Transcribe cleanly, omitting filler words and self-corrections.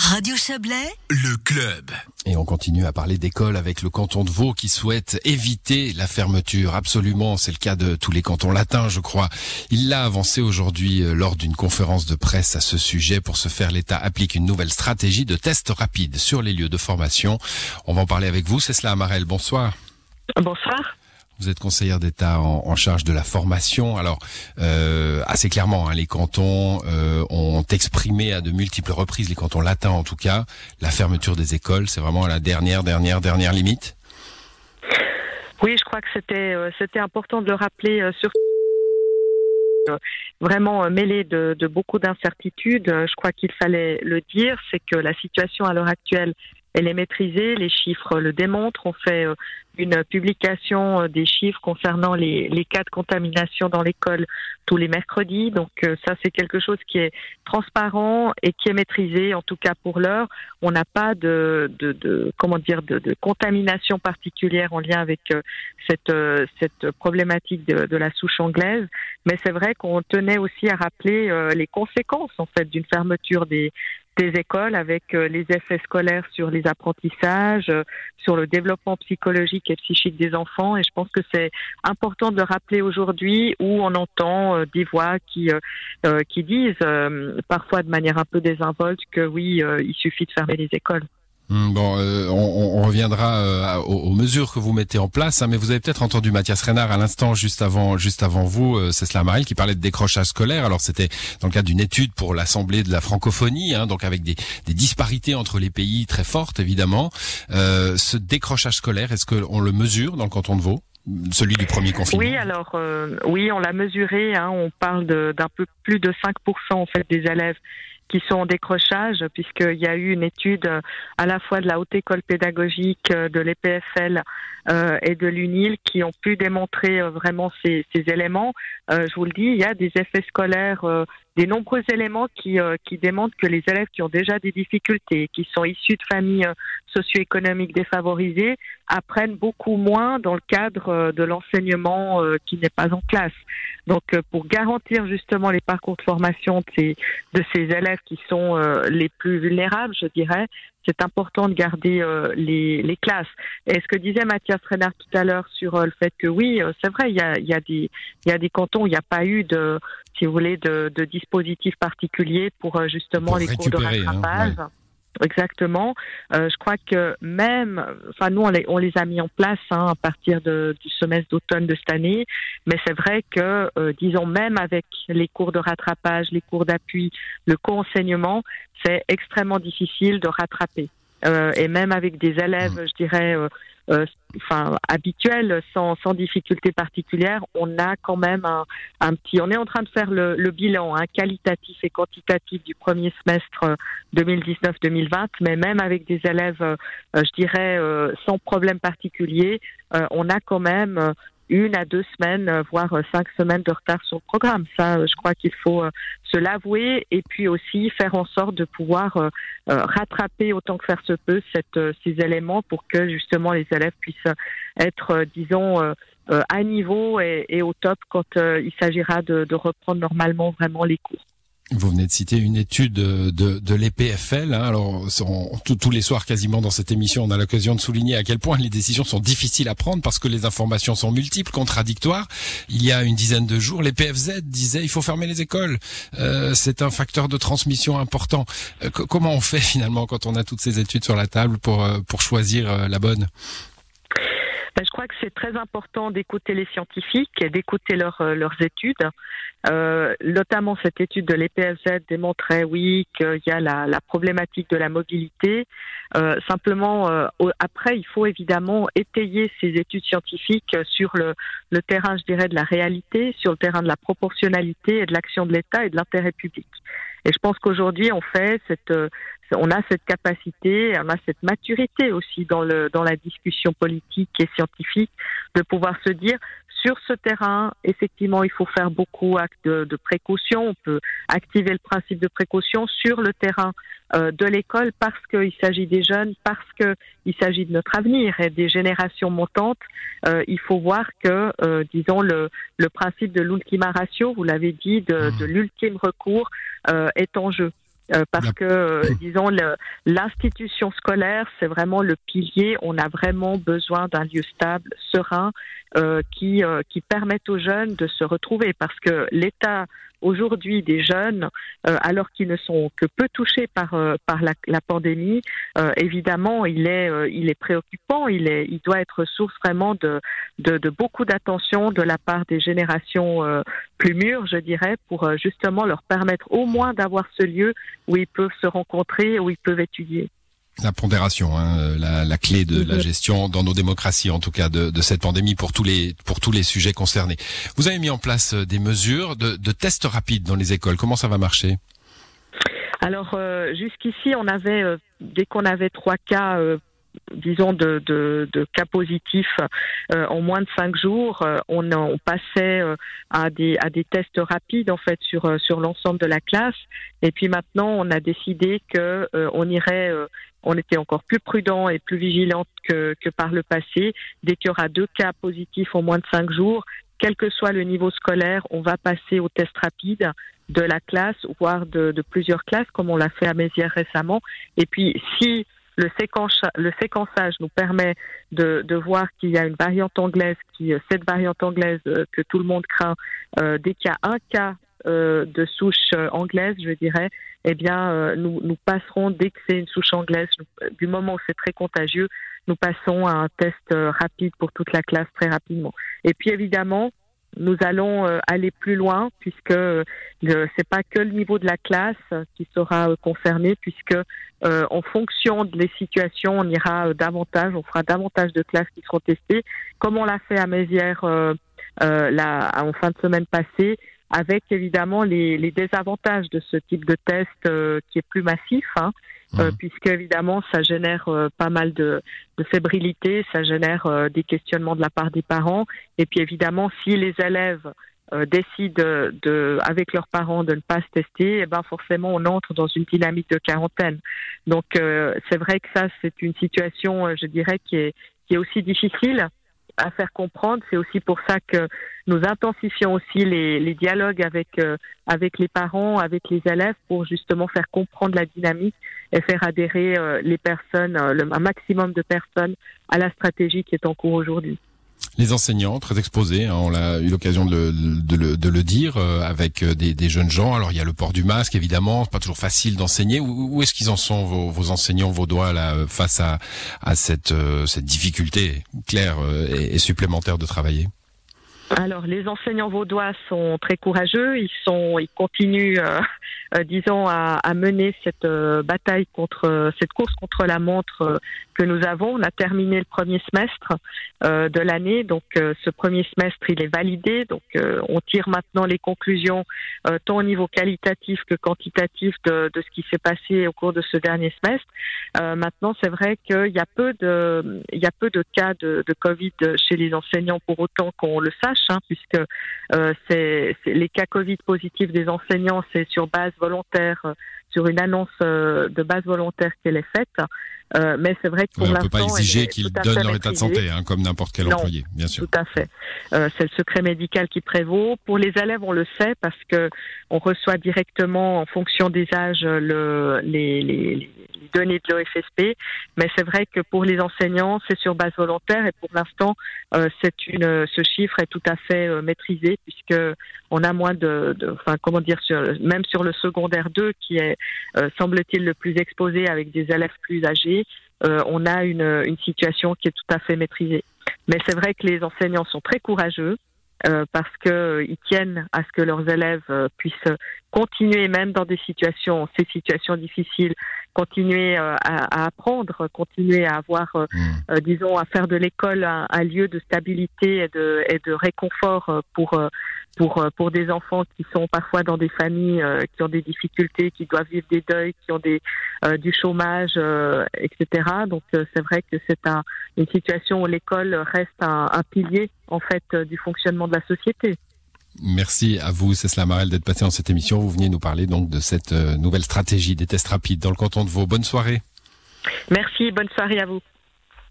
Radio Chablais, le club. Et on continue à parler d'école avec le canton de Vaud qui souhaite éviter la fermeture. Absolument, c'est le cas de tous les cantons latins, je crois. Il l'a avancé aujourd'hui lors d'une conférence de presse à ce sujet. Pour ce faire, l'État applique une nouvelle stratégie de tests rapides sur les lieux de formation. On va en parler avec vous. Cécile Amarel, bonsoir. Bonsoir. Vous êtes conseillère d'État en charge de la formation. Alors, assez clairement, les cantons ont exprimé à de multiples reprises, les cantons latins en tout cas, la fermeture des écoles. C'est vraiment à la dernière limite. Oui, je crois que c'était important de le rappeler, surtout vraiment mêlé de beaucoup d'incertitudes. Je crois qu'il fallait le dire, c'est que la situation à l'heure actuelle, elle est maîtrisée, les chiffres le démontrent. On fait une publication des chiffres concernant les cas de contamination dans l'école tous les mercredis. Donc ça, c'est quelque chose qui est transparent et qui est maîtrisé. En tout cas pour l'heure, on n'a pas de contamination particulière en lien avec cette problématique de la souche anglaise. Mais c'est vrai qu'on tenait aussi à rappeler les conséquences en fait d'une fermeture des écoles avec les effets scolaires sur les apprentissages, sur le développement psychologique et psychique des enfants. Et je pense que c'est important de le rappeler aujourd'hui où on entend des voix qui disent parfois de manière un peu désinvolte que oui, il suffit de fermer les écoles. Bon, on reviendra aux mesures que vous mettez en place, mais vous avez peut-être entendu Mathias Renard à l'instant, juste avant vous, Cécile Amarel, qui parlait de décrochage scolaire. Alors c'était dans le cadre d'une étude pour l'Assemblée de la francophonie, donc avec des disparités entre les pays très fortes, évidemment. Ce décrochage scolaire, est-ce qu'on le mesure dans le canton de Vaud? Celui du premier confinement. Oui, alors oui, on l'a mesuré. On parle d'un peu plus de 5% en fait des élèves qui sont en décrochage, puisqu'il y a eu une étude à la fois de la Haute École Pédagogique, de l'EPFL et de l'UNIL qui ont pu démontrer vraiment ces éléments. Je vous le dis, il y a des effets scolaires, des nombreux éléments qui démontrent que les élèves qui ont déjà des difficultés, qui sont issus de familles socio-économiques défavorisées, apprennent beaucoup moins dans le cadre de l'enseignement qui n'est pas en classe. Donc, pour garantir justement les parcours de formation de ces élèves qui sont les plus vulnérables, je dirais, c'est important de garder les classes. Et ce que disait Mathias Renard tout à l'heure sur le fait que oui, c'est vrai, il y a des cantons où il n'y a pas eu de dispositif particulier pour justement les cours de rattrapage. Ouais. Exactement. Je crois que même, nous on les a mis en place à partir du semestre d'automne de cette année, mais c'est vrai que, disons même avec les cours de rattrapage, les cours d'appui, le co-enseignement, c'est extrêmement difficile de rattraper. Et même avec des élèves, je dirais, habituels, sans difficulté particulière, on a quand même on est en train de faire le bilan qualitatif et quantitatif du premier semestre 2019-2020, mais même avec des élèves, je dirais, sans problème particulier, on a quand même 1 à 2 semaines, voire 5 semaines de retard sur le programme. Ça, je crois qu'il faut se l'avouer et puis aussi faire en sorte de pouvoir rattraper autant que faire se peut ces éléments pour que justement les élèves puissent être, à niveau et au top quand il s'agira de reprendre normalement vraiment les cours. Vous venez de citer une étude de l'EPFL. Alors, tous les soirs quasiment dans cette émission, on a l'occasion de souligner à quel point les décisions sont difficiles à prendre parce que les informations sont multiples, contradictoires. Il y a une dizaine de jours, l'EPFZ disait il faut fermer les écoles. C'est un facteur de transmission important. Comment on fait finalement quand on a toutes ces études sur la table pour choisir la bonne ? Je crois que c'est très important d'écouter les scientifiques et d'écouter leurs études. Notamment cette étude de l'EPFZ démontrait, oui, qu'il y a la problématique de la mobilité. Simplement, après, il faut évidemment étayer ces études scientifiques sur le terrain, je dirais, de la réalité, sur le terrain de la proportionnalité et de l'action de l'État et de l'intérêt public. Et je pense qu'aujourd'hui, on a cette capacité, on a cette maturité aussi dans la discussion politique et scientifique de pouvoir se dire sur ce terrain, effectivement, il faut faire beaucoup acte de précaution. On peut activer le principe de précaution sur le terrain de l'école parce qu'il s'agit des jeunes, parce qu'il s'agit de notre avenir et des générations montantes. Il faut voir que, disons, le principe de l'ultima ratio, vous l'avez dit, de l'ultime recours est en jeu. parce que, disons, l'institution scolaire, c'est vraiment le pilier. On a vraiment besoin d'un lieu stable, serein, qui permette aux jeunes de se retrouver, parce que l'état aujourd'hui des jeunes, alors qu'ils ne sont que peu touchés par la pandémie, évidemment, il est préoccupant. Il doit être source vraiment de beaucoup d'attention de la part des générations plus mûres, je dirais, pour justement leur permettre au moins d'avoir ce lieu où ils peuvent se rencontrer, où ils peuvent étudier. La pondération, la clé de la gestion dans nos démocraties, en tout cas de cette pandémie pour tous les sujets concernés. Vous avez mis en place des mesures de tests rapides dans les écoles. Comment ça va marcher? Alors jusqu'ici, on avait dès qu'on avait 3 cas. Disons de cas positifs en moins de 5 jours, on passait à des tests rapides en fait sur l'ensemble de la classe. Et puis maintenant, on a décidé que on était encore plus prudent et plus vigilant que par le passé. Dès qu'il y aura 2 cas positifs en moins de 5 jours, quel que soit le niveau scolaire, on va passer au test rapide de la classe, voire de plusieurs classes, comme on l'a fait à Mézières récemment. Et puis si le séquençage nous permet de voir qu'il y a une variante anglaise, cette variante anglaise que tout le monde craint, dès qu'il y a un cas de souche anglaise, je dirais, eh bien, nous passerons, dès que c'est une souche anglaise, du moment où c'est très contagieux, nous passons à un test rapide pour toute la classe très rapidement. Et puis évidemment, nous allons aller plus loin, puisque c'est pas que le niveau de la classe qui sera concerné, puisque en fonction des situations, on ira davantage, on fera davantage de classes qui seront testées, comme on l'a fait à Mézières en fin de semaine passée, avec évidemment les désavantages de ce type de test qui est plus massif, puisque évidemment ça génère pas mal de fébrilité, ça génère des questionnements de la part des parents, et puis évidemment si les élèves décident avec leurs parents de ne pas se tester, et ben forcément on entre dans une dynamique de quarantaine. Donc c'est vrai que ça c'est une situation, je dirais, qui est aussi difficile à faire comprendre. C'est aussi pour ça que nous intensifions aussi les dialogues avec les parents, avec les élèves, pour justement faire comprendre la dynamique et faire adhérer les personnes, un maximum de personnes à la stratégie qui est en cours aujourd'hui. Les enseignants, très exposés, on a eu l'occasion de le dire, avec des jeunes gens. Alors il y a le port du masque, évidemment, c'est pas toujours facile d'enseigner. Où est-ce qu'ils en sont, vos enseignants, vos doigts là, face à cette difficulté claire et supplémentaire de travailler? Alors, les enseignants vaudois sont très courageux. Ils continuent, disons, à mener cette bataille cette course contre la montre que nous avons. On a terminé le premier semestre de l'année. Donc, ce premier semestre, il est validé. Donc, on tire maintenant les conclusions, tant au niveau qualitatif que quantitatif de ce qui s'est passé au cours de ce dernier semestre. Maintenant, c'est vrai qu'il y a peu de cas de Covid chez les enseignants, pour autant qu'on le sache. Puisque c'est les cas Covid positifs des enseignants, c'est sur base volontaire, sur une annonce de base volontaire qu'elle est faite. Mais c'est vrai que pour l'instant, on ne peut pas exiger qu'ils donnent leur état de santé, comme n'importe quel employé, bien sûr. Tout à fait. C'est le secret médical qui prévaut. Pour les élèves, on le sait parce que on reçoit directement, en fonction des âges, les données de l'OFSP. Mais c'est vrai que pour les enseignants, c'est sur base volontaire, et pour l'instant, ce chiffre est tout à fait maîtrisé, puisque on a moins même sur le secondaire 2, qui est, semble-t-il, le plus exposé avec des élèves plus âgés, on a une situation qui est tout à fait maîtrisée. Mais c'est vrai que les enseignants sont très courageux, parce que ils tiennent à ce que leurs élèves puissent continuer, même dans ces situations difficiles, continuer à apprendre, continuer à avoir, disons, à faire de l'école un lieu de stabilité et de réconfort pour des enfants qui sont parfois dans des familles qui ont des difficultés, qui doivent vivre des deuils, qui ont du chômage, etc. Donc c'est vrai que c'est une situation où l'école reste un pilier en fait du fonctionnement de la société. Merci à vous, Cécile Amarelle, d'être passée dans cette émission. Vous veniez nous parler donc de cette nouvelle stratégie des tests rapides dans le canton de Vaud. Bonne soirée. Merci, bonne soirée à vous.